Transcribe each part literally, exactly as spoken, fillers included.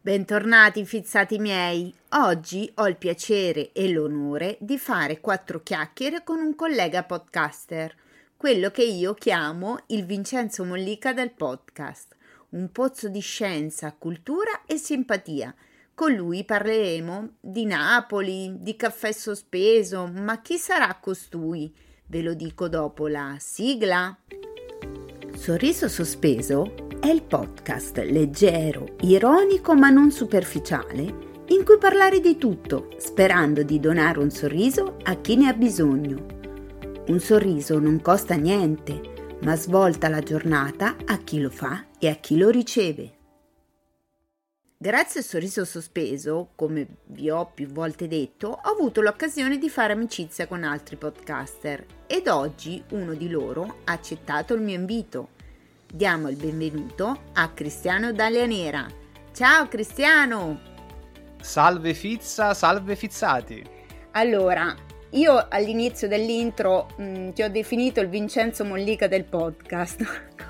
Bentornati fizzati miei, oggi ho il piacere e l'onore di fare quattro chiacchiere con un collega podcaster, quello che io chiamo il Vincenzo Mollica del podcast, un pozzo di scienza, cultura e simpatia. Con lui parleremo di Napoli, di caffè sospeso, ma chi sarà costui? Ve lo dico dopo la sigla. Sorriso sospeso è il podcast leggero, ironico ma non superficiale in cui parlare di tutto, sperando di donare un sorriso a chi ne ha bisogno. Un sorriso non costa niente, ma svolta la giornata a chi lo fa e a chi lo riceve. Grazie al sorriso sospeso, come vi ho più volte detto, ho avuto l'occasione di fare amicizia con altri podcaster ed oggi uno di loro ha accettato il mio invito. Diamo il benvenuto a Cristiano Daglia Nera. Ciao Cristiano! Salve Fizza, salve Fizzati! Allora, io all'inizio dell'intro mh, ti ho definito il Vincenzo Mollica del podcast.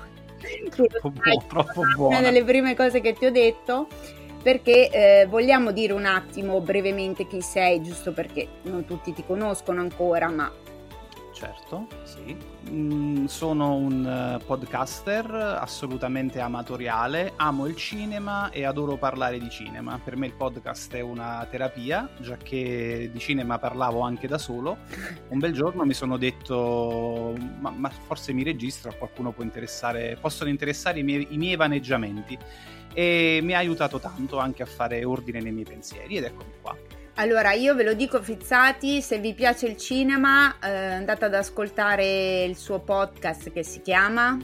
Troppo buono, troppo buono. Una delle prime cose che ti ho detto, perché eh, vogliamo dire un attimo brevemente chi sei, giusto perché non tutti ti conoscono ancora, ma... Certo, sì. Mm, sono un uh, podcaster assolutamente amatoriale, amo il cinema e adoro parlare di cinema. Per me il podcast è una terapia, già che di cinema parlavo anche da solo. Un bel giorno mi sono detto, ma, ma forse mi registro, a qualcuno può interessare, possono interessare i miei, i miei vaneggiamenti. E mi ha aiutato tanto anche a fare ordine nei miei pensieri ed eccomi qua. Allora, io ve lo dico fizzati, se vi piace il cinema eh, andate ad ascoltare il suo podcast che si chiama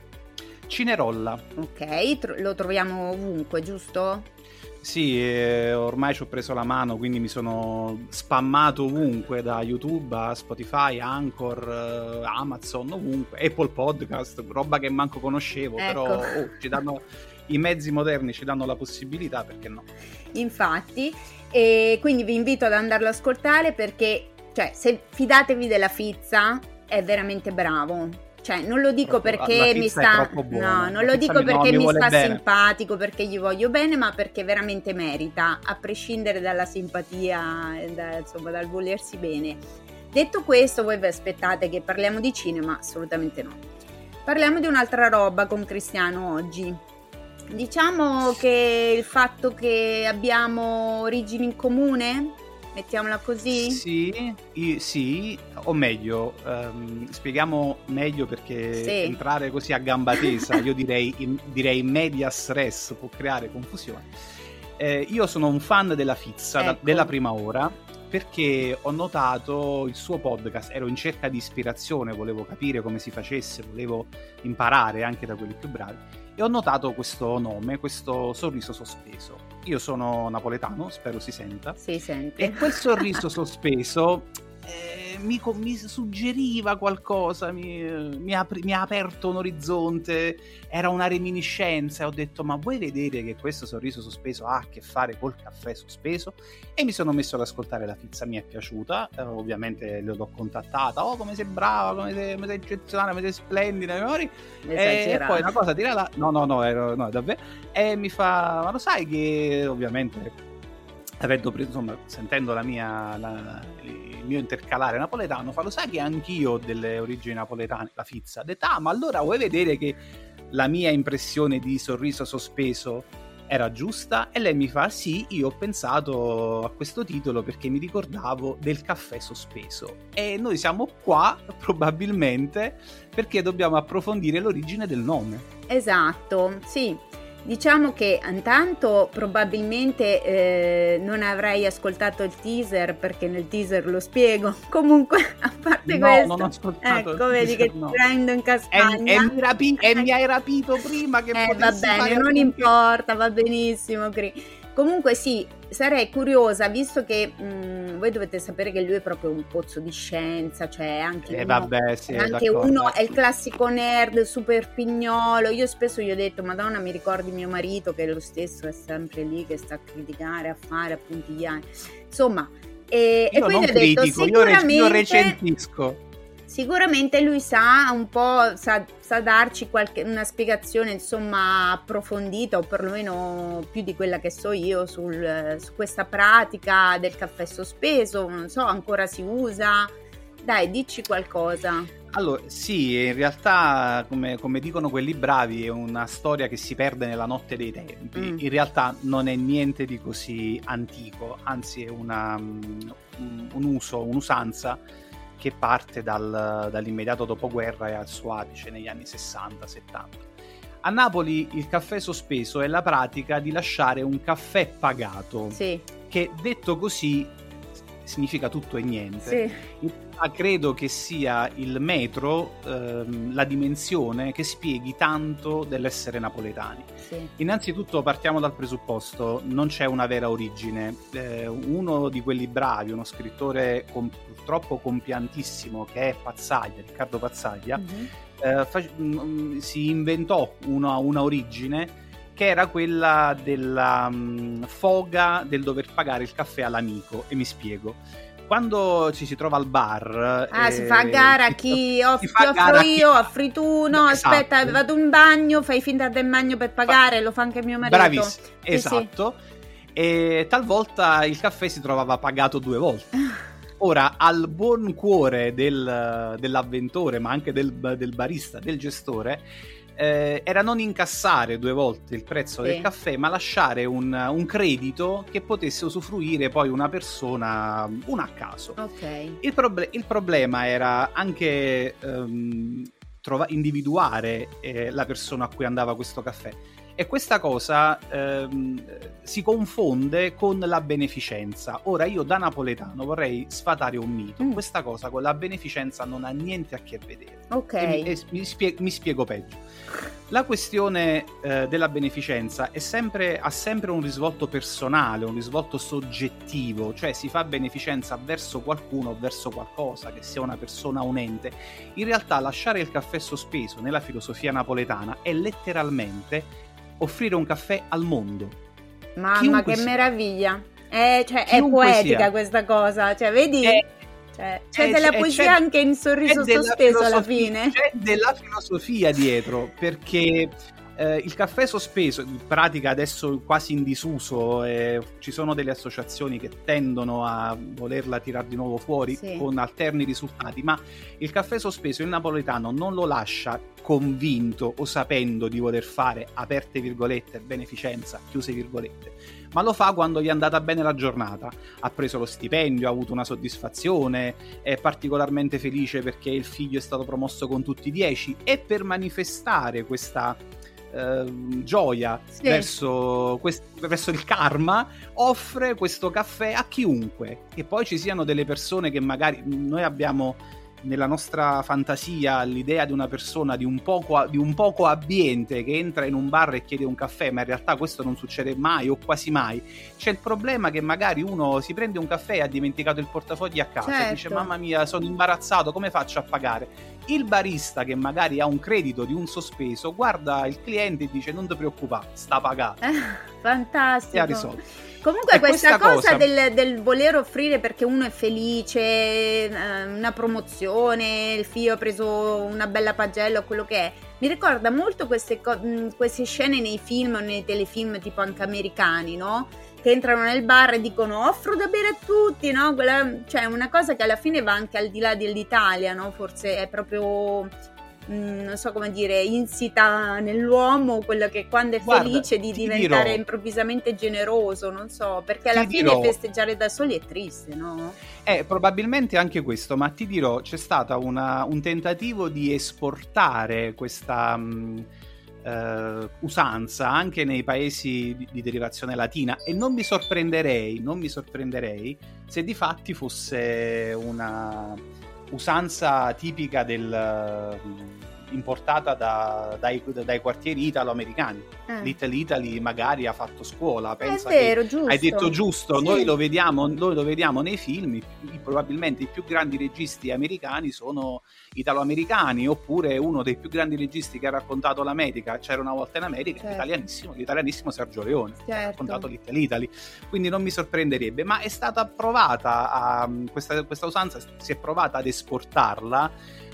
Cinerolla. Ok, tro- lo troviamo ovunque, giusto? Sì, eh, ormai ci ho preso la mano, quindi mi sono spammato ovunque, da YouTube a Spotify, Anchor, eh, Amazon, ovunque, Apple Podcast, roba che manco conoscevo, Ecco. però oh, ci danno, i mezzi moderni ci danno la possibilità, perché no? Infatti, e quindi vi invito ad andarlo ad ascoltare perché, cioè, se fidatevi della Fizza, è veramente bravo. Cioè, non lo dico Troppo- perché la mi pizza è sta troppo buona. no, non La lo pizza dico mi- no, perché mi mi vuole sta bene. simpatico, perché gli voglio bene, ma perché veramente merita, a prescindere dalla simpatia e da, insomma, dal volersi bene. Detto questo, voi vi aspettate che parliamo di cinema? Assolutamente no. Parliamo di un'altra roba con Cristiano oggi. Diciamo che il fatto che abbiamo origini in comune, mettiamola così? Sì, i- sì, o meglio, ehm, spieghiamo meglio perché Sì. entrare così a gamba tesa, io direi, in- direi medias res può creare confusione. Eh, io sono un fan della Fizza, da- Ecco. della prima ora, perché ho notato il suo podcast, ero in cerca di ispirazione, volevo capire come si facesse, volevo imparare anche da quelli più bravi. E ho notato questo nome, questo sorriso sospeso. Io sono napoletano, spero si senta. Si sente. E quel sorriso sospeso eh, mi, co- mi suggeriva qualcosa, mi, mi, apri- mi ha aperto un orizzonte, era una reminiscenza e ho detto ma vuoi vedere che questo sorriso sospeso ha a che fare col caffè sospeso? E mi sono messo ad ascoltare la Fizza, mi è piaciuta, eh, ovviamente l'ho contattata, oh come sei brava, come sei, come sei eccezionale, come sei splendida, amori. E Esagerato. poi una cosa tira là, no no no, ero, no davvero, e mi fa, ma lo sai che ovviamente avendo preso, insomma, sentendo la mia la, il mio intercalare napoletano, fa, lo sai che anch'io ho delle origini napoletane, la Fizza, ha detto, ah ma allora vuoi vedere che la mia impressione di sorriso sospeso era giusta? E lei mi fa, sì, io ho pensato a questo titolo perché mi ricordavo del caffè sospeso e noi siamo qua probabilmente perché dobbiamo approfondire l'origine del nome. Esatto, sì. Diciamo che intanto probabilmente eh, non avrei ascoltato il teaser perché nel teaser lo spiego. Comunque, a parte No, questo, non ho ascoltato ecco, il vedi teaser, che no. ti prendo in E, castagna. e mi rapi- e mi hai rapito prima che Eh, va potessi bene, fare non appunti. importa, va benissimo. Cri. Comunque sì, sarei curiosa, visto che mh, voi dovete sapere che lui è proprio un pozzo di scienza, cioè anche Eh, uno, vabbè, sì, è anche d'accordo. uno è il classico nerd super pignolo. Io spesso gli ho detto, Madonna, mi ricordi mio marito che è lo stesso, è sempre lì che sta a criticare, a fare appunti gli anni. Insomma, e, e Io quindi non ho detto critico, io, re- io sicuramente recentisco. Sicuramente lui sa un po', sa, sa darci qualche, una spiegazione insomma approfondita, o perlomeno più di quella che so io sul, su questa pratica del caffè sospeso. Non so, ancora si usa? Dai, dici qualcosa. Allora, sì, in realtà, come, come dicono quelli bravi, è una storia che si perde nella notte dei tempi. Mm. In realtà non è niente di così antico, anzi è una, un, un uso, un'usanza che parte dal, dall'immediato dopoguerra e al suo apice negli anni sessanta settanta. A Napoli il caffè sospeso è la pratica di lasciare un caffè pagato, sì. che detto così significa tutto e niente. Sì. Ma credo che sia il metro, ehm, la dimensione che spieghi tanto dell'essere napoletani. Sì. Innanzitutto partiamo dal presupposto, non c'è una vera origine. Eh, uno di quelli bravi, uno scrittore com- purtroppo compiantissimo, che è Pazzaglia, Riccardo Pazzaglia, mm-hmm. eh, fa- m- si inventò una, una origine che era quella della um, foga del dover pagare il caffè all'amico, e mi spiego. Quando ci si trova al bar, ah, eh, si fa a gara chi off- ti offro io, chi... offri tu, no, esatto. Aspetta, vado in bagno, fai finta del bagno per pagare, fa... lo fa anche mio marito. Bravissimo, sì, esatto. Sì. E talvolta il caffè si trovava pagato due volte. Ora, al buon cuore del, dell'avventore, ma anche del, del barista, del gestore, Eh, era non incassare due volte il prezzo sì. del caffè, ma lasciare un, un credito che potesse usufruire poi una persona, una a caso. Okay. Il, proble- il problema era anche um, trova- individuare eh, la persona a cui andava questo caffè, e questa cosa ehm, si confonde con la beneficenza. Ora, io da napoletano vorrei sfatare un mito. Mm. Questa cosa con la beneficenza non ha niente a che vedere. Ok. E mi, e mi, spie- mi spiego peggio. La questione eh, della beneficenza è sempre, ha sempre un risvolto personale, un risvolto soggettivo, cioè si fa beneficenza verso qualcuno o verso qualcosa, che sia una persona o un ente. In realtà lasciare il caffè sospeso nella filosofia napoletana è letteralmente offrire un caffè al mondo. Mamma, chiunque che sia. Meraviglia! È, cioè, è poetica sia. Questa cosa, cioè vedi? È, cioè, c'è è, della è, poesia c'è, anche in Sorriso Sospeso alla fine. C'è della filosofia dietro, perché eh, il caffè sospeso, in pratica adesso quasi in disuso, eh, ci sono delle associazioni che tendono a volerla tirare di nuovo fuori, sì. con alterni risultati, ma il caffè sospeso il napoletano non lo lascia convinto o sapendo di voler fare, aperte virgolette, beneficenza, chiuse virgolette, ma lo fa quando gli è andata bene la giornata, ha preso lo stipendio, ha avuto una soddisfazione, è particolarmente felice perché il figlio è stato promosso con tutti i dieci, e per manifestare questa eh, gioia sì. verso, quest- verso il karma offre questo caffè a chiunque. E poi ci siano delle persone che magari noi abbiamo nella nostra fantasia l'idea di una persona di un poco di un poco abbiente che entra in un bar e chiede un caffè, ma in realtà questo non succede mai o quasi mai. C'è il problema che magari uno si prende un caffè e ha dimenticato il portafogli a casa, certo. e dice mamma mia sono imbarazzato, come faccio a pagare? Il barista, che magari ha un credito di un sospeso, guarda il cliente e dice non ti preoccupare, sta pagato. Eh, fantastico. E ha risolto. Comunque questa, questa cosa, cosa... Del, del voler offrire perché uno è felice, eh, una promozione, il figlio ha preso una bella pagella o quello che è, mi ricorda molto queste, co- queste scene nei film o nei telefilm tipo anche americani, no? Che entrano nel bar e dicono offro da bere a tutti, no? Quella, cioè una cosa che alla fine va anche al di là dell'Italia, no? Forse è proprio... non so come dire, insita nell'uomo quello che quando è Guarda, felice di diventare dirò, improvvisamente generoso, non so, perché alla fine dirò, festeggiare da soli è triste, no? Eh, probabilmente anche questo, ma ti dirò, c'è stata una, un tentativo di esportare questa mh, uh, usanza anche nei paesi di, di derivazione latina, e non mi sorprenderei, non mi sorprenderei se di fatti fosse una usanza tipica del importata da, dai, dai quartieri italo-americani. Eh. L'Italy Italy magari ha fatto scuola, pensa, è vero, che giusto. Hai detto giusto, sì. noi lo vediamo, noi lo vediamo nei film, probabilmente i più grandi registi americani sono italo-americani, oppure uno dei più grandi registi che ha raccontato l'America, C'era una volta in America, certo. italianissimo, l'italianissimo Sergio Leone, certo. che ha raccontato l'Italy Italy, quindi non mi sorprenderebbe, ma è stata provata a, questa, questa usanza si è provata ad esportarla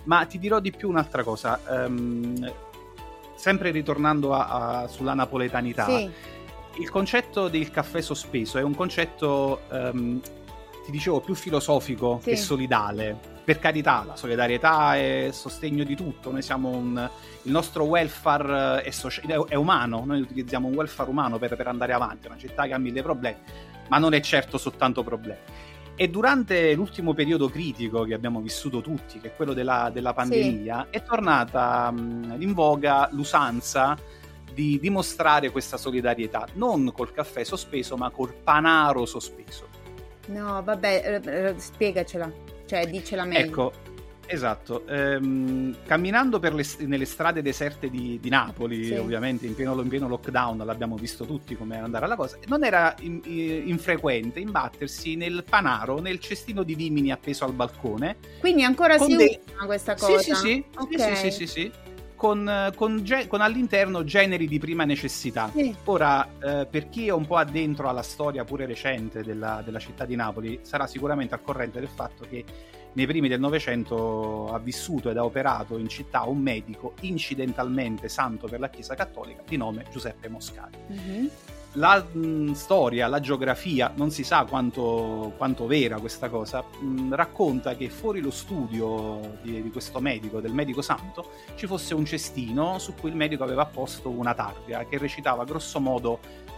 Ma ti dirò di più un'altra cosa, um, sempre ritornando a, a, sulla napoletanità, sì. Il concetto del caffè sospeso è un concetto, um, ti dicevo, più filosofico sì. che solidale. Per carità, la solidarietà è sostegno di tutto, noi siamo un, il nostro welfare è, socia- è umano, noi utilizziamo un welfare umano per, per andare avanti, è una città che ha mille problemi, ma non è certo soltanto problemi. E durante l'ultimo periodo critico che abbiamo vissuto tutti, che è quello della, della pandemia, sì. è tornata mh, in voga l'usanza di dimostrare questa solidarietà, non col caffè sospeso, ma col panaro sospeso. No, vabbè, eh, spiegacela, cioè dicela meglio. Ecco, esatto. Ehm, camminando per le, nelle strade deserte di, di Napoli, sì. ovviamente in pieno, in pieno lockdown, l'abbiamo visto tutti come andare alla cosa, non era in, in, infrequente imbattersi nel panaro, nel cestino di vimini appeso al balcone. Quindi ancora si dei... usa questa cosa? Sì, sì, sì, okay. sì, sì, sì, sì. Con, con, ge- con all'interno generi di prima necessità. Sì. Ora, eh, per chi è un po' addentro alla storia pure recente della, della città di Napoli, sarà sicuramente al corrente del fatto che nei primi del Novecento ha vissuto ed ha operato in città un medico incidentalmente santo per la Chiesa Cattolica di nome Giuseppe Moscati. Mm-hmm. La mh, storia, la geografia, non si sa quanto, quanto vera questa cosa, mh, racconta che fuori lo studio di, di questo medico, del medico santo, ci fosse un cestino su cui il medico aveva posto una targa che recitava grosso modo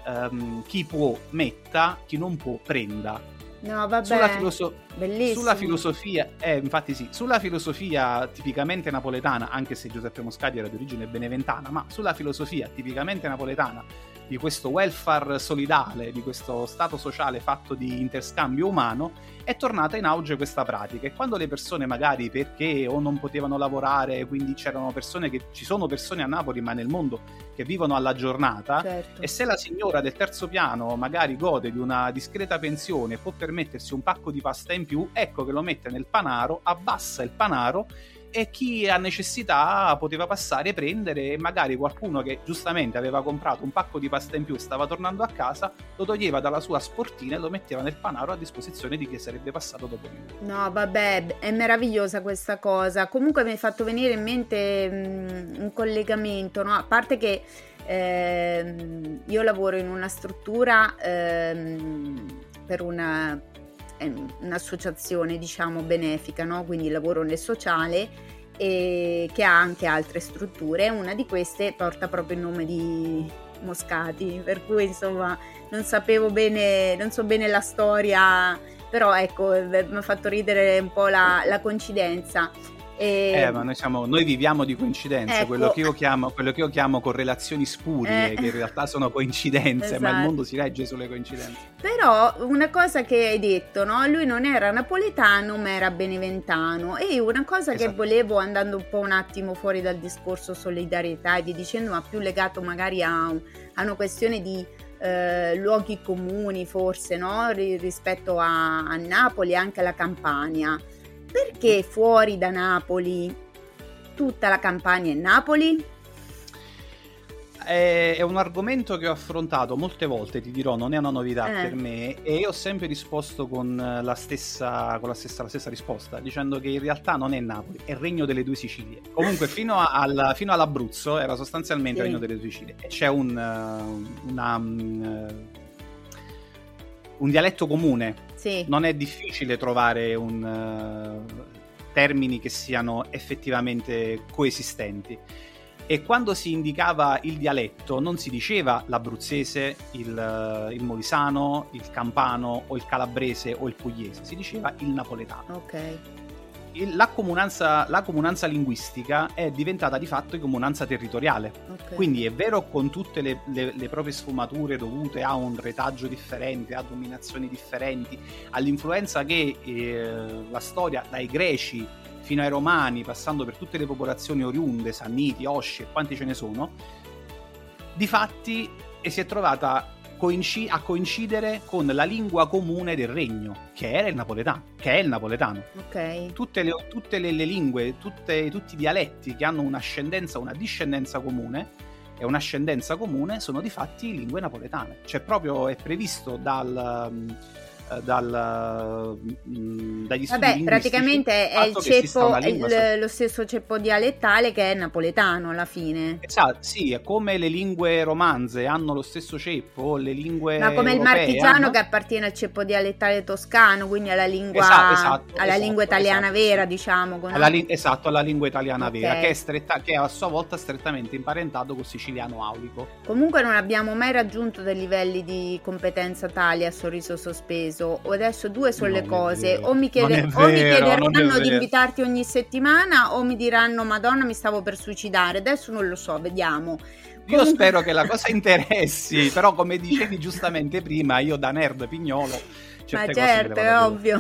um, chi può metta, chi non può prenda. No, vabbè, sulla, filoso- bellissimo. Sulla filosofia, eh, infatti sì, sulla filosofia tipicamente napoletana, anche se Giuseppe Moscati era di origine beneventana, ma sulla filosofia tipicamente napoletana di questo welfare solidale, di questo stato sociale fatto di interscambio umano, è tornata in auge questa pratica. E quando le persone magari perché o non potevano lavorare, quindi c'erano persone che ci sono persone a Napoli ma nel mondo che vivono alla giornata, certo. E se la signora del terzo piano magari gode di una discreta pensione e può permettersi un pacco di pasta in più, ecco che lo mette nel panaro, abbassa il panaro e chi ha necessità poteva passare e prendere, e magari qualcuno che giustamente aveva comprato un pacco di pasta in più e stava tornando a casa lo toglieva dalla sua sportina e lo metteva nel panaro a disposizione di chi sarebbe passato dopo di lui. No, vabbè, è meravigliosa questa cosa. Comunque mi hai fatto venire in mente mh, un collegamento, no? A parte che ehm, io lavoro in una struttura ehm, per una un'associazione diciamo benefica, no? Quindi lavoro nel sociale e che ha anche altre strutture. Una di queste porta proprio il nome di Moscati, per cui insomma non sapevo bene, non so bene la storia, però ecco mi ha fatto ridere un po' la, la coincidenza. E... Eh, ma noi, siamo, noi viviamo di coincidenze, ecco. quello, che io chiamo, quello che io chiamo correlazioni spurie, eh. che in realtà sono coincidenze, esatto. Ma il mondo si regge sulle coincidenze. Però una cosa che hai detto, no? Lui non era napoletano ma era beneventano, e una cosa esatto. che volevo, andando un po' un attimo fuori dal discorso solidarietà e vi dicendo, ma più legato magari a, a una questione di eh, luoghi comuni forse, no? R- rispetto a, a Napoli e anche alla Campania. Perché fuori da Napoli tutta la Campania è Napoli? È, è un argomento che ho affrontato molte volte, ti dirò, non è una novità eh. per me, e io ho sempre risposto con la stessa, con la stessa, la stessa risposta, dicendo che in realtà non è Napoli, è il Regno delle Due Sicilie. Comunque fino, a, al, fino all'Abruzzo era sostanzialmente sì. il Regno delle Due Sicilie. E c'è un, una, un, un dialetto comune. Sì. Non è difficile trovare un, uh, termini che siano effettivamente coesistenti, e quando si indicava il dialetto non si diceva l'abruzzese, il, uh, il molisano, il campano o il calabrese o il pugliese, si diceva il napoletano. Ok. Il, la, comunanza, la comunanza linguistica è diventata di fatto comunanza territoriale, okay. Quindi è vero, con tutte le, le, le proprie sfumature dovute a un retaggio differente, a dominazioni differenti, all'influenza che eh, la storia dai greci fino ai romani, passando per tutte le popolazioni oriunde, Sanniti, Osci e quanti ce ne sono, difatti e si è trovata coinci- a coincidere con la lingua comune del regno, che era il napoletano, che è il napoletano. Ok. Tutte le, tutte le, le lingue, tutte, tutti i dialetti che hanno un'ascendenza, una discendenza comune e un'ascendenza comune sono difatti lingue napoletane. Cioè proprio è previsto dal... dal, mh, dagli studi Vabbè, praticamente è il ceppo, il, so- lo stesso ceppo dialettale che è napoletano alla fine. Esatto, sì, è come le lingue romanze hanno lo stesso ceppo, le lingue Ma come il marchigiano hanno... che appartiene al ceppo dialettale toscano, quindi alla lingua, esatto, esatto, alla esatto, lingua italiana esatto, vera, sì. diciamo. Con alla li- esatto, alla lingua italiana okay. vera, che è, stretta, che è a sua volta strettamente imparentato col siciliano aulico. Comunque non abbiamo mai raggiunto dei livelli di competenza tali a Sorriso Sospeso. Adesso due sono Non le è cose, vero, o mi, chiede- non è o mi vero, non è chiederanno di vero. invitarti ogni settimana o mi diranno Madonna mi stavo per suicidare. Adesso non lo so, vediamo. Io Comunque- spero che la cosa interessi, però come dicevi giustamente prima, io da nerd pignolo Ma certe certo, cose è ovvio.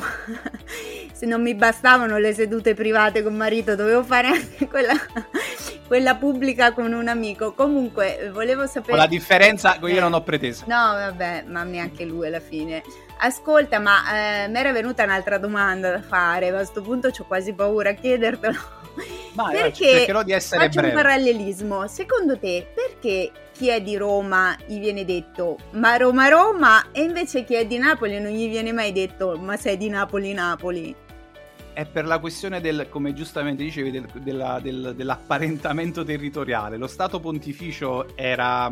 Se non mi bastavano le sedute private con marito, dovevo fare anche quella, quella pubblica con un amico. Comunque, volevo sapere... Con la differenza che io Eh. non ho pretesa. No, vabbè, ma neanche lui alla fine. Ascolta, ma eh, mi era venuta un'altra domanda da fare, ma a questo punto ho quasi paura a chiedertelo. Vai, vai, Perché cercherò di essere faccio breve. un parallelismo. Secondo te, perché chi è di Roma gli viene detto ma Roma Roma e invece chi è di Napoli non gli viene mai detto ma sei di Napoli Napoli? È per la questione del, come giustamente dicevi, del, della, del, dell'apparentamento territoriale. Lo Stato Pontificio era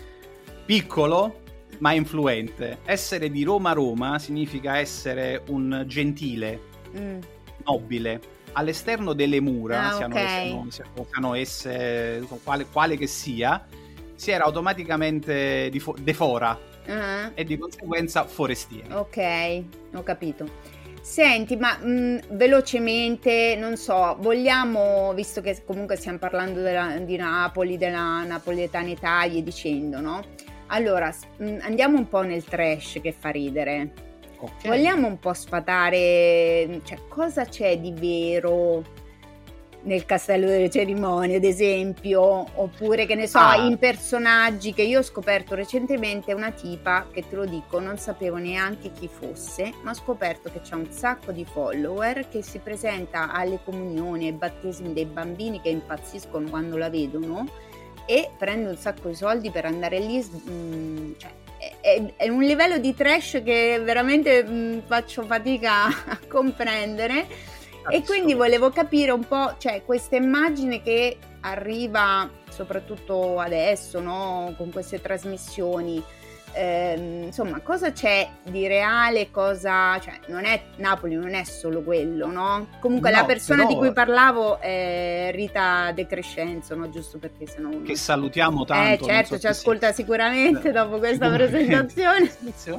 piccolo ma influente. Essere di Roma Roma significa essere un gentile, Mm. nobile. All'esterno delle mura, Ah, siano, ok. siano, siano, siano esse, insomma, quale, quale che sia, si era automaticamente di fo- de fora Ah, e di conseguenza forestieri. ok, ho capito. Senti, ma mh, velocemente, non so, vogliamo, visto che comunque stiamo parlando della- di Napoli, della napoletanità e dicendo, no? Allora, s- mh, andiamo un po' nel trash che fa ridere. Ok. Vogliamo un po' sfatare, cioè, cosa c'è di vero nel Castello delle Cerimonie, ad esempio, oppure che ne so, Ah. in personaggi che io ho scoperto recentemente, una tipa che te lo dico, non sapevo neanche chi fosse, ma ho scoperto che c'ha un sacco di follower che si presenta alle comunioni, ai battesimi dei bambini che impazziscono quando la vedono e prende un sacco di soldi per andare lì, mm, cioè è, è un livello di trash che veramente mh, faccio fatica a comprendere. E quindi volevo capire un po', cioè, questa immagine che arriva soprattutto adesso, no? Con queste trasmissioni, ehm, insomma, cosa c'è di reale, cosa, cioè, non è Napoli, non è solo quello, no? Comunque No, la persona però- di cui parlavo è Rita De Crescenzo, no? Giusto perché sennò uno... Che salutiamo tanto. Eh non certo, so ci se ascolta sia- sicuramente dopo questa Sicuramente. presentazione.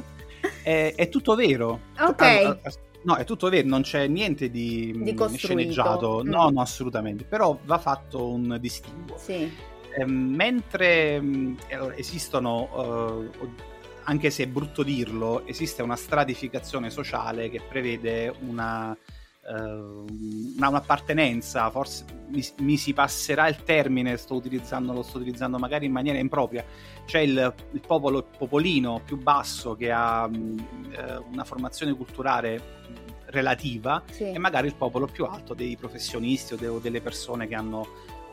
È, è tutto vero. Ok. Ah, ah, No, è tutto vero, non c'è niente di, Di mh, costruito. sceneggiato. Mm. No, no, assolutamente. Però va fatto un distinguo. Sì, Eh, mentre mh, allora, esistono, eh, anche se è brutto dirlo, esiste una stratificazione sociale che prevede una, eh, una un'appartenenza, forse mi, mi si passerà il termine, sto utilizzando, lo sto utilizzando magari in maniera impropria. C'è il, il popolo il popolino più basso che ha mh, eh, una formazione culturale relativa sì. e magari il popolo più alto dei professionisti o, de- o delle persone che hanno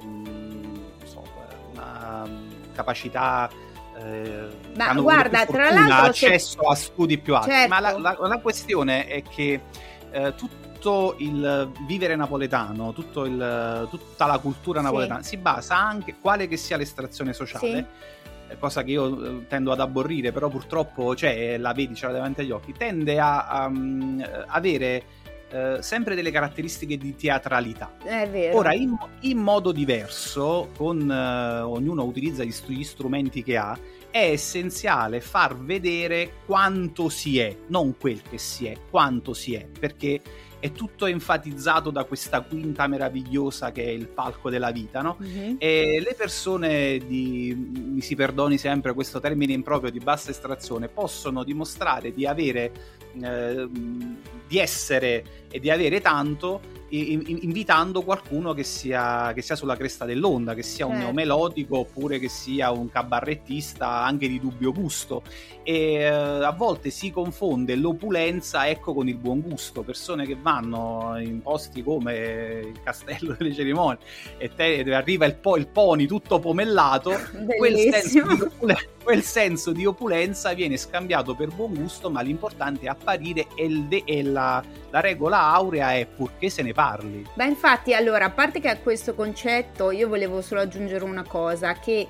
um, non so, una um, capacità eh, Ma hanno guarda, più tra fortuna, l'altro se- accesso a studi più alti. Certo. Ma la, la, la questione è che eh, tutto il vivere napoletano, tutto il, tutta la cultura Sì. napoletana si basa anche, quale che sia l'estrazione sociale, eh, cosa che io eh, tendo ad abborrire, però purtroppo c'è, la vedi, ce l'ha davanti agli occhi, tende a, a um, avere eh, sempre delle caratteristiche di teatralità. È vero. Ora, in, in modo diverso, con eh, ognuno utilizza gli, str- gli strumenti che ha, è essenziale far vedere quanto si è, non quel che si è, quanto si è, perché è tutto enfatizzato da questa quinta meravigliosa che è il palco della vita, no? Mhm. E le persone di, mi si perdoni sempre questo termine improprio, di bassa estrazione, possono dimostrare di avere, eh, di essere e di avere tanto, in- in- invitando qualcuno che sia, che sia sulla cresta dell'onda, che sia un Certo. neomelodico oppure che sia un cabarettista anche di dubbio gusto. E eh, a volte si confonde l'opulenza, ecco, con il buon gusto. Persone che vanno in posti come il Castello delle Cerimonie e te, arriva il, po- il pony tutto pomellato, quel senso Bellissimo. di, opule- quel senso di opulenza viene scambiato per buon gusto, ma l'importante è apparire e, il de- e la, la regola aurea è purché se ne parli. Beh, infatti, allora, a parte che a questo concetto io volevo solo aggiungere una cosa, che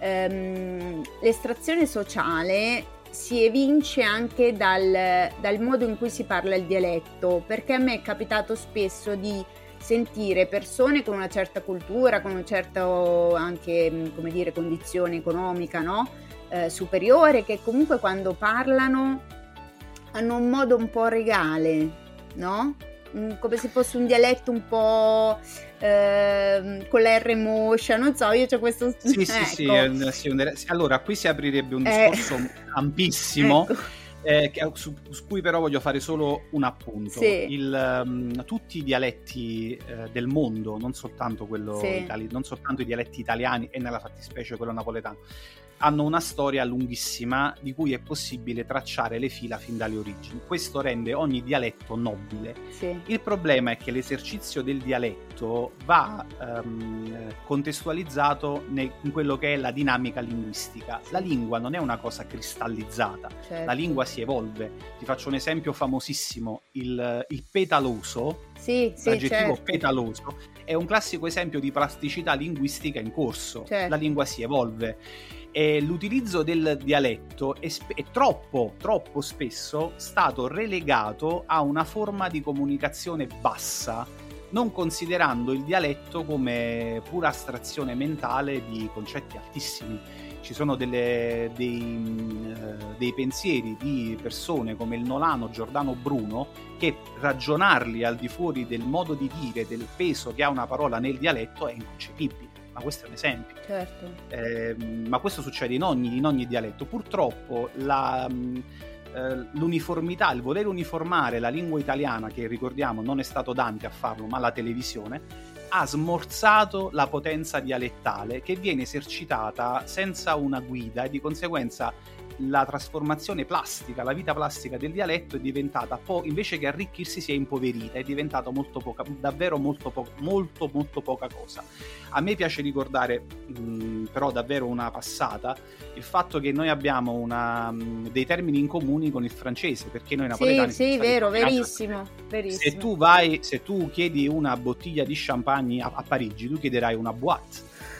ehm, l'estrazione sociale si evince anche dal, dal modo in cui si parla il dialetto, perché a me è capitato spesso di sentire persone con una certa cultura, con un certo anche, come dire, condizione economica, no? Eh, superiore, che comunque quando parlano hanno un modo un po' regale, no? Come se fosse un dialetto un po' eh, con la R moscia, non so, io c'ho questo... Sì, sì, ecco. sì, eh, sì un, allora qui si aprirebbe un discorso eh. ampissimo, ecco. Eh, che, su, su cui però voglio fare solo un appunto. Sì. Il, um, tutti i dialetti eh, del mondo, non soltanto, quello sì. itali- non soltanto i dialetti italiani e nella fattispecie quello napoletano, hanno una storia lunghissima di cui è possibile tracciare le fila fin dalle origini. Questo rende ogni dialetto nobile. Sì. Il problema è che l'esercizio del dialetto va um, contestualizzato ne- in quello che è la dinamica linguistica. La lingua non è una cosa cristallizzata, certo. La lingua si evolve. Ti faccio un esempio famosissimo, il, il petaloso, sì, sì, l'aggettivo certo. petaloso, è un classico esempio di plasticità linguistica in corso. Certo. La lingua si evolve. E l'utilizzo del dialetto è, sp- è troppo, troppo spesso stato relegato a una forma di comunicazione bassa, non considerando il dialetto come pura astrazione mentale di concetti altissimi. Ci sono delle, dei, uh, dei pensieri di persone come il nolano Giordano Bruno che ragionarli al di fuori del modo di dire, del peso che ha una parola nel dialetto è inconcepibile. Ma questo è un esempio. Certo. Eh, ma questo succede in ogni, in ogni dialetto. Purtroppo la, eh, l'uniformità, il voler uniformare la lingua italiana, che ricordiamo non è stato Dante a farlo, ma la televisione, ha smorzato la potenza dialettale che viene esercitata senza una guida e di conseguenza la trasformazione plastica, la vita plastica del dialetto è diventata, po- invece che arricchirsi, si è impoverita, è diventata molto poca, davvero molto, po- molto, molto poca cosa. A me piace ricordare, mh, però davvero una passata, il fatto che noi abbiamo una, mh, dei termini in comuni con il francese, perché noi napoletani... Sì, sì, vero, verissimo, verissimo. Se tu vai, se tu chiedi una bottiglia di champagne a, a Parigi, tu chiederai una boîte.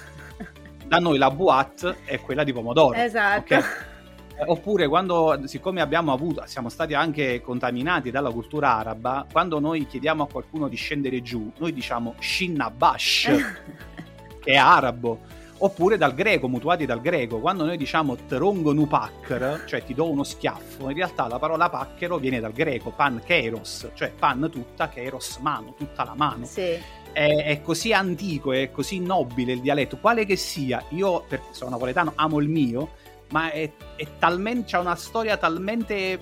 Da noi la boîte è quella di pomodoro. Esatto. Okay? Oppure quando, siccome abbiamo avuto, siamo stati anche contaminati dalla cultura araba, quando noi chiediamo a qualcuno di scendere giù, noi diciamo shinnabash, che è arabo, oppure dal greco, mutuati dal greco. Quando noi diciamo trongo nu pakker, cioè ti do uno schiaffo, in realtà la parola pacchero viene dal greco pan keiros, cioè pan tutta, keiros mano, tutta la mano. Sì. È, è così antico, è così nobile il dialetto, quale che sia. Io, perché sono napoletano, amo il mio, ma è, è talmente, c'è una storia talmente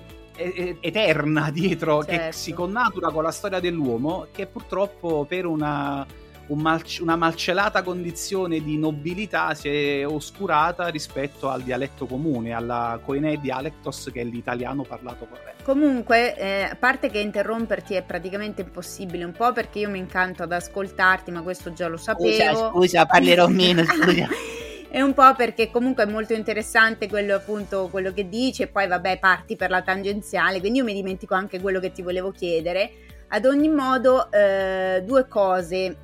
eterna dietro, certo, che si connatura con la storia dell'uomo, che purtroppo per una, un malci, una malcelata condizione di nobilità si è oscurata rispetto al dialetto comune, alla Koine dialectos, che è l'italiano parlato corretto. Comunque, eh, a parte che interromperti è praticamente impossibile, un po' perché io mi incanto ad ascoltarti, ma questo già lo sapevo. Scusa, scusa, parlerò meno, scusa. E un po' perché comunque è molto interessante quello, appunto, quello che dici, e poi vabbè parti per la tangenziale, quindi io mi dimentico anche quello che ti volevo chiedere. Ad ogni modo, eh, due cose.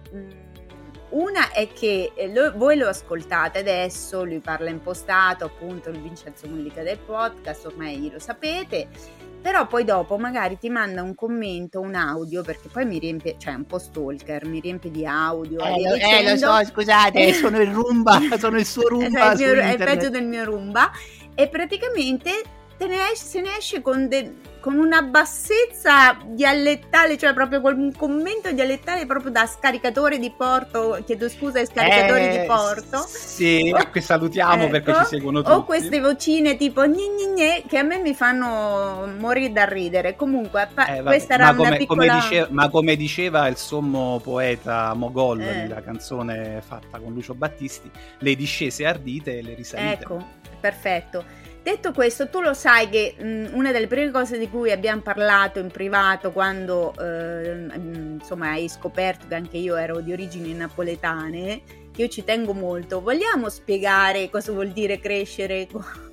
Una è che eh, lo, voi lo ascoltate adesso, lui parla impostato, appunto, il Vincenzo Mollica del podcast, ormai lo sapete, però poi dopo magari ti manda un commento, un audio, perché poi mi riempie, cioè un po' stalker, mi riempie di audio. Eh, lo, eh lo so, scusate, sono il Rumba, sono il suo Rumba. Esatto, è peggio del mio Rumba, e praticamente te ne esce, se ne esce con, de, con una bassezza dialettale, cioè proprio con un commento dialettale proprio da scaricatore di Porto, chiedo scusa ai scaricatori eh, di Porto. Sì, o, che salutiamo, ecco, perché ci seguono tutti. O queste vocine tipo gne gne gne, che a me mi fanno morire da ridere. Comunque, pa- eh, questa era ma una come, piccola... Come diceva, ma come diceva il sommo poeta Mogol eh. nella canzone fatta con Lucio Battisti, le discese ardite e le risalite. Ecco, perfetto. Detto questo, tu lo sai che mh, una delle prime cose di cui abbiamo parlato in privato quando eh, insomma hai scoperto che anche io ero di origini napoletane, che io ci tengo molto, vogliamo spiegare cosa vuol dire crescere con,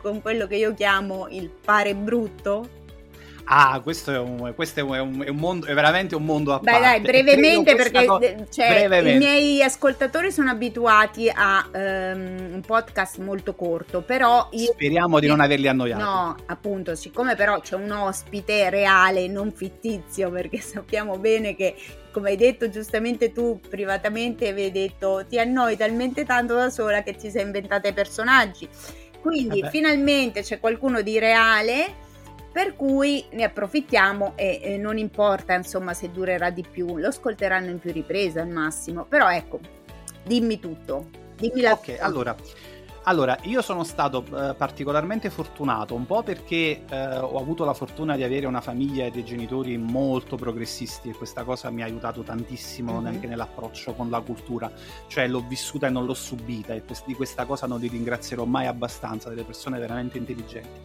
con quello che io chiamo il pare brutto? Ah, questo è un, questo è un, è un mondo, è veramente un mondo a parte. Beh, dai, brevemente, perché co- cioè, brevemente. I miei ascoltatori sono abituati a um, un podcast molto corto, però io... Speriamo di non averli annoiati. No, appunto, siccome però c'è un ospite reale, non fittizio, perché sappiamo bene che, come hai detto giustamente tu privatamente, avevi detto ti annoi talmente tanto da sola che ti sei inventata i personaggi. Quindi Vabbè. Finalmente c'è qualcuno di reale, per cui ne approfittiamo e, e non importa insomma se durerà di più, lo ascolteranno in più riprese al massimo, però ecco, dimmi tutto, dimmi la Ok, allora, allora io sono stato eh, particolarmente fortunato, un po' perché eh, ho avuto la fortuna di avere una famiglia e dei genitori molto progressisti e questa cosa mi ha aiutato tantissimo Mhm. anche nell'approccio con la cultura, cioè l'ho vissuta e non l'ho subita e quest- di questa cosa non li ringrazierò mai abbastanza, delle persone veramente intelligenti.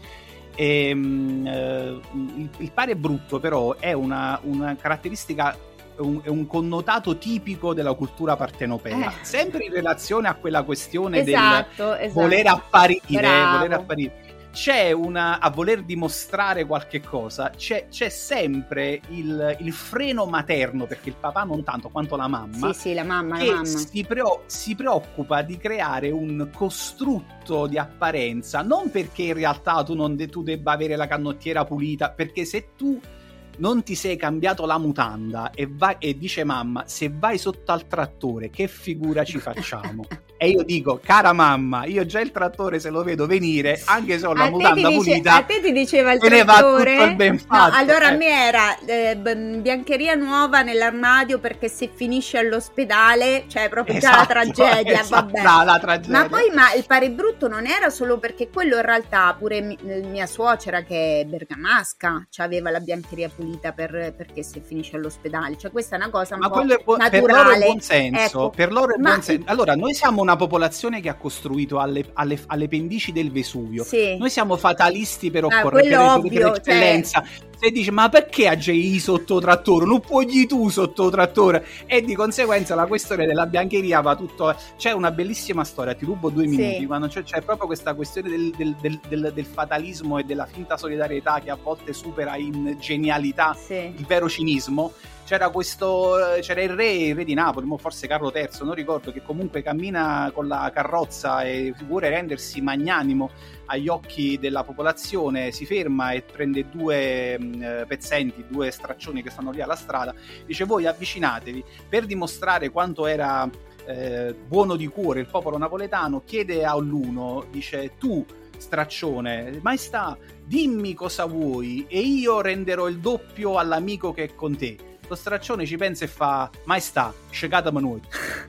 E, mm, eh, il, il pare brutto però è una, una caratteristica, è un, è un connotato tipico della cultura partenopea, Eh. sempre in relazione a quella questione esatto, del esatto. voler apparire, Bravo. voler apparire. C'è una, a voler dimostrare qualche cosa, c'è, c'è sempre il, il freno materno, perché il papà non tanto quanto la mamma, Sì, sì, la mamma, la che mamma. si, preo- si preoccupa di creare un costrutto di apparenza, non perché in realtà tu, non de- tu debba avere la canottiera pulita, perché se tu non ti sei cambiato la mutanda e, vai, e dice mamma, se vai sotto al trattore che figura ci facciamo? E io dico, cara mamma, io già il trattore se lo vedo venire, anche se ho la A te mutanda ti dice- pulita, a te ti diceva il se ne va trattore? tutto il ben No, fatto. allora a Eh. me era eh, b- biancheria nuova nell'armadio, perché se finisce all'ospedale, cioè proprio già la Esatto, tragedia, esatto, vabbè. no, la tragedia. Ma poi ma il pare brutto non era solo perché quello, in realtà pure mi- mia suocera, che è bergamasca, cioè aveva la biancheria pulita per, perché se finisce all'ospedale, cioè questa è una cosa un Ma po' quello è bu- per naturale. loro è buon senso, Ecco. per loro è Ma- buon senso. Allora, noi siamo una popolazione che ha costruito alle, alle, alle pendici del Vesuvio. Sì. Noi siamo fatalisti per Ah, occorrere, quello per, ovvio, per eccellenza. Se dici, ma perché A J I sotto trattore? Non puoi tu sotto trattore? E di conseguenza la questione della biancheria va tutto... C'è una bellissima storia, ti rubo due Sì. minuti, quando c'è, c'è proprio questa questione del, del, del, del, del fatalismo e della finta solidarietà che a volte supera in genialità Sì. il vero cinismo. C'era questo, c'era il re, il re di Napoli, mo forse Carlo terzo, non ricordo, che comunque cammina con la carrozza e vuole rendersi magnanimo agli occhi della popolazione, si ferma e prende due mh, pezzenti, due straccioni che stanno lì alla strada, dice voi avvicinatevi, per dimostrare quanto era eh, buono di cuore il popolo napoletano, chiede a l'uno, dice tu straccione, maestà, dimmi cosa vuoi e io renderò il doppio all'amico che è con te. Lo straccione ci pensa e fa, maestà, scegatemi noi.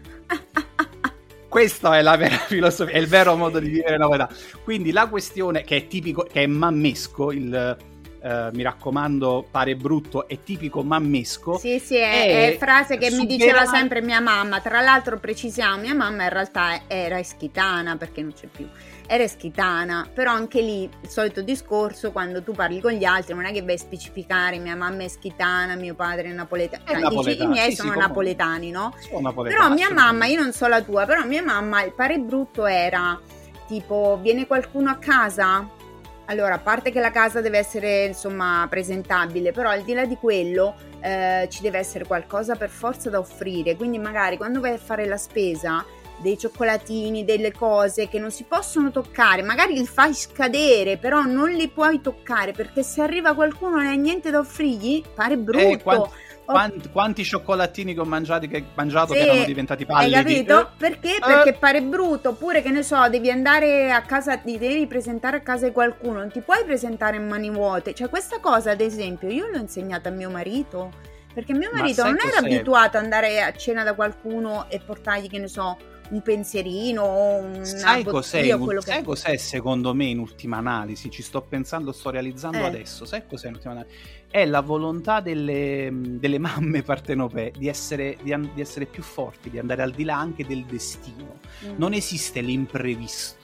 Questa è la vera filosofia, è il vero modo di vivere la vita. Quindi la questione che è tipico, che è mammesco, il eh, mi raccomando, pare brutto, è tipico mammesco. Sì, sì, è, è è frase che mi superare- diceva sempre mia mamma. Tra l'altro precisiamo, mia mamma in realtà era ischitana, perché non c'è più. Era ischitana, però anche lì il solito discorso, quando tu parli con gli altri non è che vai a specificare mia mamma è ischitana, mio padre è napoletano, È Cioè, napoletano, dici, i miei sì, sono sì, come- napoletani, no? Sono napoletano, Però mia assolutamente. mamma, io non so la tua, però mia mamma il pare brutto era tipo viene qualcuno a casa? Allora, a parte che la casa deve essere insomma presentabile, però al di là di quello eh, ci deve essere qualcosa per forza da offrire, quindi magari quando vai a fare la spesa dei cioccolatini, delle cose che non si possono toccare, magari li fai scadere, però non li puoi toccare perché se arriva qualcuno non hai niente da offrirgli, pare brutto. Eh, quanti, Oh, quanti, quanti cioccolatini che ho mangiato, che, mangiato sì, che erano diventati pallidi. hai capito? Eh, Perché? eh. Perché pare brutto, oppure che ne so, devi andare a casa, ti devi presentare a casa di qualcuno, non ti puoi presentare in mani vuote. Cioè questa cosa, ad esempio, io l'ho insegnata a mio marito, perché mio Ma marito sai non era cos'è? abituato ad andare a cena da qualcuno e portargli, che ne so, un pensierino o una Sai cos'è, bottiglia o in- quello sai che cos'è secondo me in ultima analisi? Ci sto pensando, sto realizzando Eh. adesso. Sai cos'è in ultima analisi? È la volontà delle, delle mamme partenopee di essere, di, an- di essere più forti, di andare al di là anche del destino. Mm. Non esiste l'imprevisto.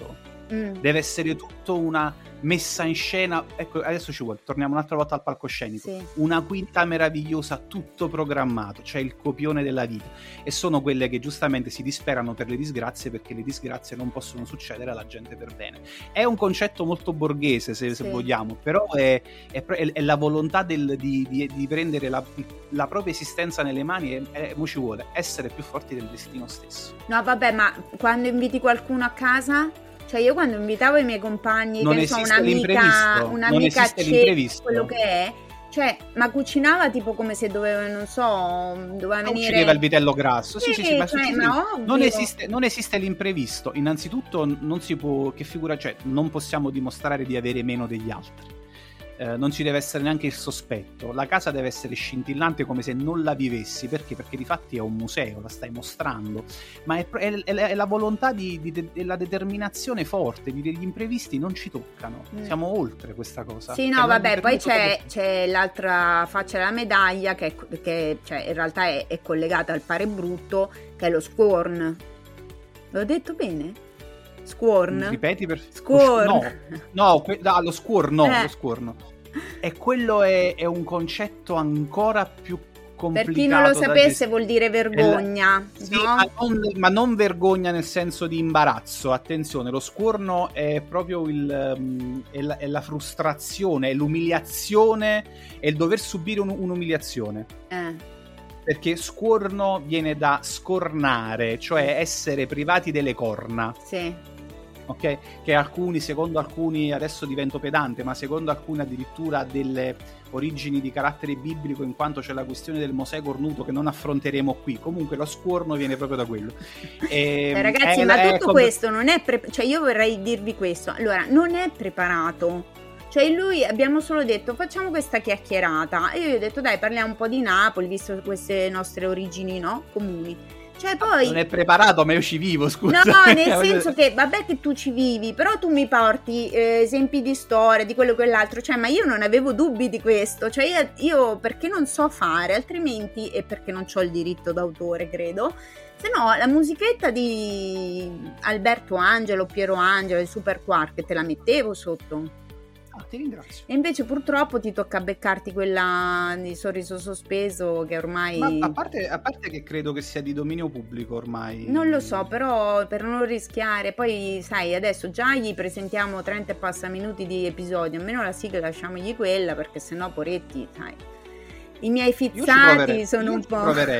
Mm. Deve essere tutto una messa in scena. Ecco, adesso ci vuole, torniamo un'altra volta al palcoscenico. Sì. Una quinta meravigliosa, tutto programmato, cioè il copione della vita. E sono quelle che giustamente si disperano per le disgrazie, perché le disgrazie non possono succedere alla gente per bene. È un concetto molto borghese, se, se Sì. vogliamo, però è, è, è la volontà del, di, di, di prendere la, la propria esistenza nelle mani e, e mo ci vuole essere più forti del destino stesso. No, vabbè, ma quando inviti qualcuno a casa, cioè io quando invitavo i miei compagni, Non che ne so, esiste un'amica, l'imprevisto, non un'amica a esiste cena, l'imprevisto. quello che è, cioè, ma cucinava tipo come se doveva, non so, doveva Non venire... uccideva il vitello grasso. Sì, sì, sì, ma, cioè, sì, sì. ma ovvio. Non esiste, non esiste l'imprevisto. Innanzitutto non si può, che figura c'è? Non possiamo dimostrare di avere meno degli altri. Eh, non ci deve essere neanche il sospetto. La casa deve essere scintillante come se non la vivessi. Perché? Perché difatti è un museo, la stai mostrando. Ma è, è, è la volontà di, di, di la determinazione forte, di, degli imprevisti non ci toccano. Mm. Siamo oltre questa cosa. Sì, no, E vabbè, per poi me c'è, tutto- c'è l'altra faccia della medaglia che, è- che cioè, in realtà è, è collegata al pare brutto, che è lo scorn. L'ho detto bene? Scorn? Ripeti per Scorn. No, no, que- no, lo squorn no, Eh. lo squorn. E quello è, è un concetto ancora più complicato. Per chi non lo da sapesse gestire. vuol dire vergogna, Sì, no? ma, non, ma non vergogna nel senso di imbarazzo. Attenzione, lo scorno è proprio il, um, è la, è la frustrazione, è l'umiliazione, è il dover subire un- un'umiliazione. Eh, Perché scorno viene da scornare, cioè essere privati delle corna. sì. Ok? Che alcuni, secondo alcuni, adesso divento pedante, ma secondo alcuni addirittura ha delle origini di carattere biblico, in quanto c'è la questione del Mosè cornuto che non affronteremo qui. Comunque lo scuorno viene proprio da quello. E, Eh, ragazzi, è- ma è tutto come- questo non è pre- cioè io vorrei dirvi questo. Allora, non è preparato. Cioè lui abbiamo solo detto facciamo questa chiacchierata e io gli ho detto dai parliamo un po' di Napoli, visto queste nostre origini, no? Comuni. Cioè poi Non è preparato, ma io ci vivo, scusa. no, nel senso che vabbè che tu ci vivi, però tu mi porti eh, esempi di storia, di quello e quell'altro, cioè ma io non avevo dubbi di questo, cioè io, io perché non so fare, altrimenti, e perché non ho il diritto d'autore credo, se no la musichetta di Alberto Angelo, Piero Angelo, il Super Quark te la mettevo sotto. Ah, ti ringrazio. E invece purtroppo ti tocca beccarti quella di Sorriso Sospeso che ormai... Ma a parte, a parte che credo che sia di dominio pubblico ormai. Non lo so, però per non rischiare, poi sai, adesso già gli presentiamo trenta e passa minuti di episodio, almeno la sigla lasciamogli quella, perché sennò poretti, sai. I miei Io ci fizzati proverei, sono io un ci po'... proverei.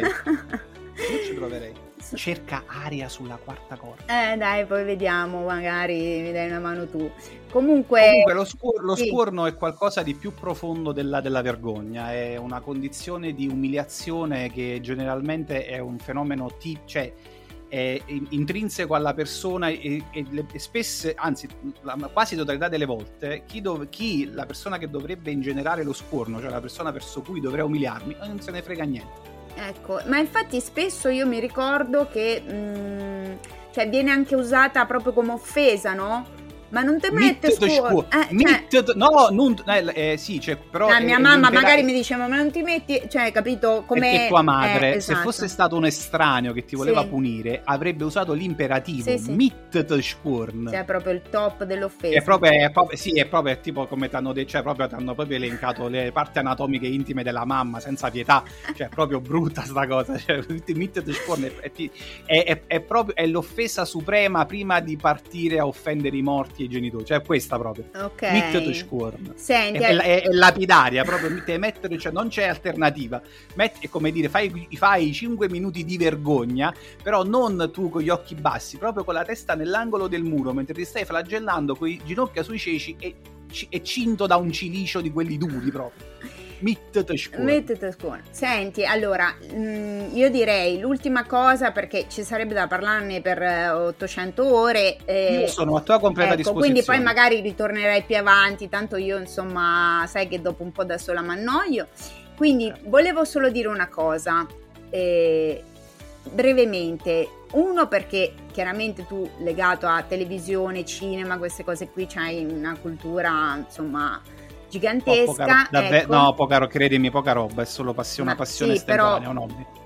Io ci proverei. Cerca aria sulla quarta corda. Eh dai, poi vediamo, magari mi dai una mano tu. Comunque... Comunque lo, scuor- lo sì. scorno è qualcosa di più profondo della, della vergogna, è una condizione di umiliazione che generalmente è un fenomeno ti- cioè è in- intrinseco alla persona e, e, le- e spesse, anzi la quasi totalità delle volte chi, dov- chi la persona che dovrebbe ingenerare lo scorno, cioè la persona verso cui dovrei umiliarmi, non se ne frega niente. Ecco, ma infatti spesso io mi ricordo che mh, cioè viene anche usata proprio come offesa, no? Ma non te mette Mit- scuola. Eh, mit- cioè, no, non, eh, eh, sì, cioè, però la è- mia è mamma l'impera- magari mi diceva ma non ti metti, cioè capito come perché tua madre, eh, se esatto. fosse stato un estraneo che ti voleva Sì. punire, avrebbe usato l'imperativo Sì, sì. mit te scorn. Cioè proprio il top dell'offesa. È proprio, è proprio, sì, è proprio è tipo come t'hanno detto, cioè proprio t'hanno proprio elencato le parti anatomiche intime della mamma senza pietà, cioè è proprio brutta sta cosa, cioè mit te scorn è, è, è, è, è proprio è l'offesa suprema prima di partire a offendere i morti e i genitori, cioè questa proprio. Ok. Mit te scorn. Senti, È, è, è lapidaria, proprio te mettere, cioè non c'è alternativa. Metti, è come dire, fai, fai cinque minuti di vergogna, però non tu con gli occhi bassi, proprio con la testa nell'angolo del muro, mentre ti stai flagellando con i ginocchia sui ceci e, e cinto da un cilicio di quelli duri proprio. Mettete scuola. mettete scuola. Senti, allora, mh, io direi l'ultima cosa, perché ci sarebbe da parlarne per eh, ottocento ore. eh, Io sono a tua completa ecco, disposizione. quindi poi magari ritornerai più avanti, tanto io insomma, sai che dopo un po' da sola mi annoio. Quindi Certo. volevo solo dire una cosa, eh, brevemente. Uno, perché chiaramente tu legato a televisione, cinema, queste cose qui, c'hai una cultura insomma No, gigantesca. poca, davvero, ecco. no, poca, credimi, poca roba, è solo passi- una Ma passione sì, però- estemporanea, un hobby.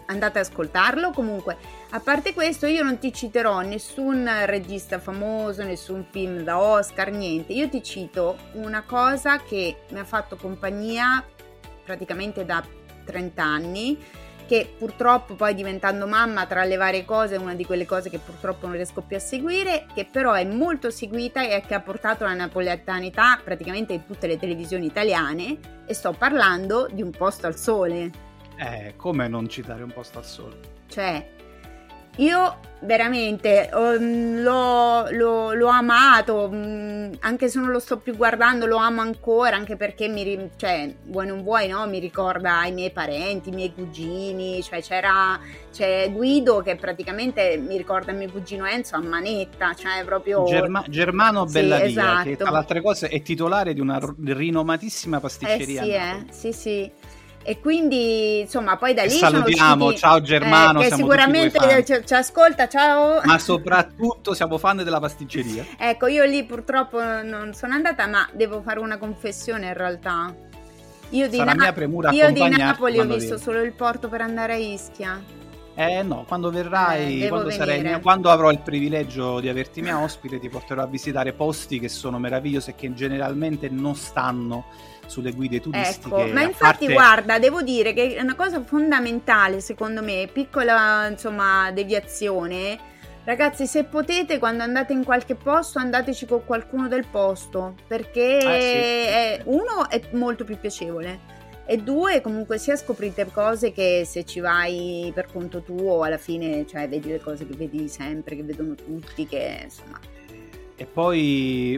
andate ad ascoltarlo. Comunque, a parte questo, io non ti citerò nessun regista famoso, nessun film da Oscar, niente. Io ti cito una cosa che mi ha fatto compagnia praticamente da trenta anni, che purtroppo poi diventando mamma, tra le varie cose, è una di quelle cose che purtroppo non riesco più a seguire, che però è molto seguita e che ha portato la napoletanità praticamente in tutte le televisioni italiane, e sto parlando di Un posto al sole. Eh, come non citare Un posto al sole? Cioè, io veramente um, l'ho, l'ho, l'ho amato, um, anche se non lo sto più guardando, lo amo ancora, anche perché mi, ri- cioè, vuoi non vuoi, no? Mi ricorda i miei parenti, i miei cugini, cioè c'era c'è Guido che praticamente mi ricorda il mio cugino Enzo a manetta, cioè proprio... Germa- Germano Sì, Bellavia, esatto. che tra le altre cose è titolare di una r- rinomatissima Eh pasticceria. sì, a eh, Napoli. sì, sì. E quindi insomma poi da Che lì sono salutiamo, usciti, ciao Germano, eh, che siamo sicuramente tutti tuoi fan. ci, ci ascolta, ciao. Ma soprattutto siamo fan della pasticceria. Ecco, io lì purtroppo non sono andata, ma devo fare una confessione in realtà. Io di, Sarà Na- mia premura io di accompagnarti Napoli ho quando visto vieni. solo il porto per andare a Ischia. Eh no, quando verrai, Eh, devo quando, sarai venire. mia- quando avrò il privilegio di averti mia ospite, ti porterò a visitare posti che sono meravigliosi e che generalmente non stanno sulle guide turistiche. Ecco, ma a infatti parte- guarda, devo dire che è una cosa fondamentale secondo me, piccola insomma deviazione. Ragazzi, se potete, quando andate in qualche posto, andateci con qualcuno del posto, perché Eh, è- uno è molto più piacevole e due comunque sia scoprite cose che se ci vai per conto tuo alla fine, cioè vedi le cose che vedi sempre, che vedono tutti, che insomma... E poi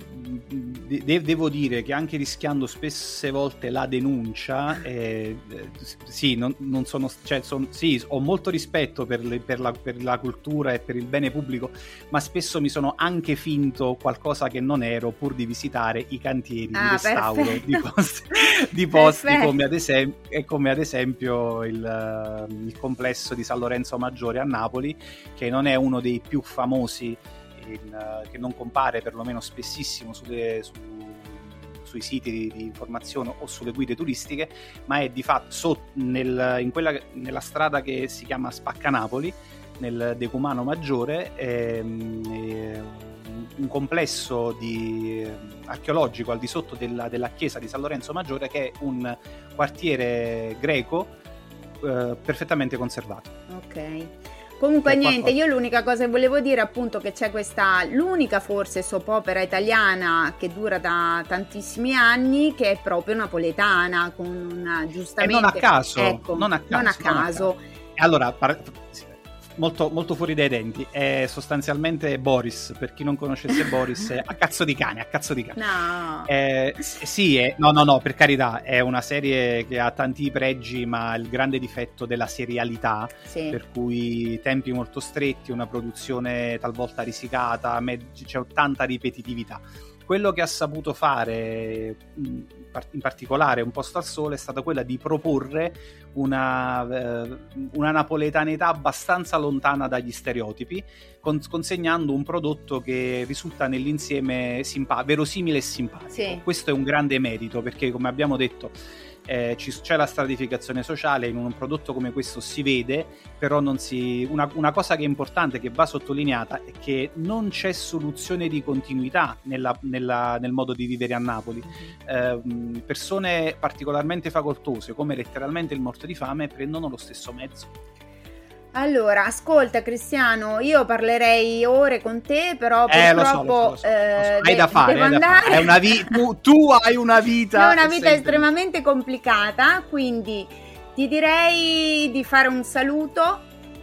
de- de- devo dire che anche rischiando spesse volte la denuncia, eh, eh, sì, non, non sono, cioè, son- sì, ho molto rispetto per, le- per la, per la cultura e per il bene pubblico, ma spesso mi sono anche finto qualcosa che non ero pur di visitare i cantieri di Ah, restauro perfetto. di posti, di posti Perfetto. come, ad esempio, e come ad esempio il, eh, il complesso di San Lorenzo Maggiore a Napoli, che non è uno dei più famosi, In, uh, che non compare perlomeno spessissimo sulle, su, sui siti di, di informazione o sulle guide turistiche, ma è di fatto so, nel, in quella, nella strada che si chiama Spaccanapoli, nel Decumano Maggiore, ehm, eh, un complesso di, archeologico al di sotto della, della chiesa di San Lorenzo Maggiore, che è un quartiere greco eh, perfettamente conservato. Ok. Comunque C'è niente, qualcosa- io l'unica cosa che volevo dire appunto che c'è questa, l'unica forse soap opera italiana che dura da tantissimi anni, che è proprio napoletana, con una E giustamente... non a caso, ecco, non a caso, non a caso. E allora, par- molto, molto fuori dai denti, è sostanzialmente Boris, per chi non conoscesse Boris, è a cazzo di cane, a cazzo di cane. No. Eh, s- sì, è, no, no, no, per carità, è una serie che ha tanti pregi, ma il grande difetto della serialità, Sì. per cui tempi molto stretti, una produzione talvolta risicata, me- c'è tanta ripetitività. Quello che ha saputo fare mh, par- in particolare Un posto al sole è stata quella di proporre una, eh, una napoletanità abbastanza lontana dagli stereotipi, con- consegnando un prodotto che risulta nell'insieme simpa- verosimile e simpatico. Sì. Questo è un grande merito, perché come abbiamo detto eh, ci- c'è la stratificazione sociale, in un prodotto come questo si vede, però non si... una, una cosa che è importante, che va sottolineata, è che non c'è soluzione di continuità nella- nella- nel modo di vivere a Napoli. Eh, persone particolarmente facoltose, come letteralmente il morto di fame, prendono lo stesso mezzo. Allora, ascolta Cristiano, io parlerei ore con te, però Eh, lo so, purtroppo lo so, lo so, lo so. eh, Hai de- da fare, devo hai da andare. fare. È una vi- tu, tu hai una vita, È una vita sempre- estremamente complicata, quindi ti direi di fare un saluto.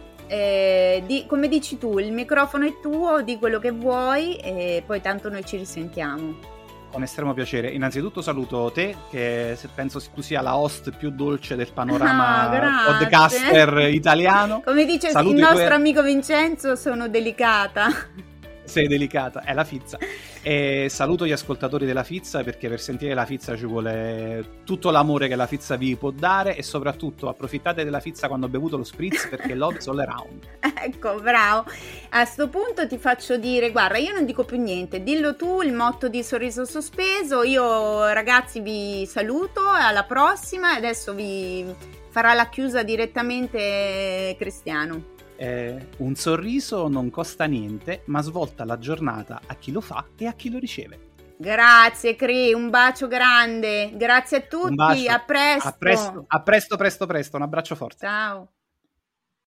eh, di- come dici tu, il microfono è tuo, di quello che vuoi e poi tanto noi ci risentiamo. Con estremo piacere. Innanzitutto saluto te, che se- penso tu sia la host più dolce del panorama Ah, grazie. podcaster italiano. Come dice Saluto il i nostro tuoi- amico Vincenzo, sono delicata. sei delicata, è la Fizza. E saluto gli ascoltatori della Fizza, perché per sentire la Fizza ci vuole tutto l'amore che la Fizza vi può dare, e soprattutto approfittate della Fizza quando ho bevuto lo spritz, perché love is all around. Ecco, bravo. A sto punto ti faccio dire, guarda, io non dico più niente, dillo tu il motto di Sorriso Sospeso. Io ragazzi vi saluto, alla prossima, e adesso vi farà la chiusa direttamente Cristiano. Eh, un sorriso non costa niente, ma svolta la giornata a chi lo fa e a chi lo riceve. Grazie Cri, un bacio grande, grazie a tutti, Un bacio. a presto. A presto, a presto, presto, presto, un abbraccio forte. Ciao.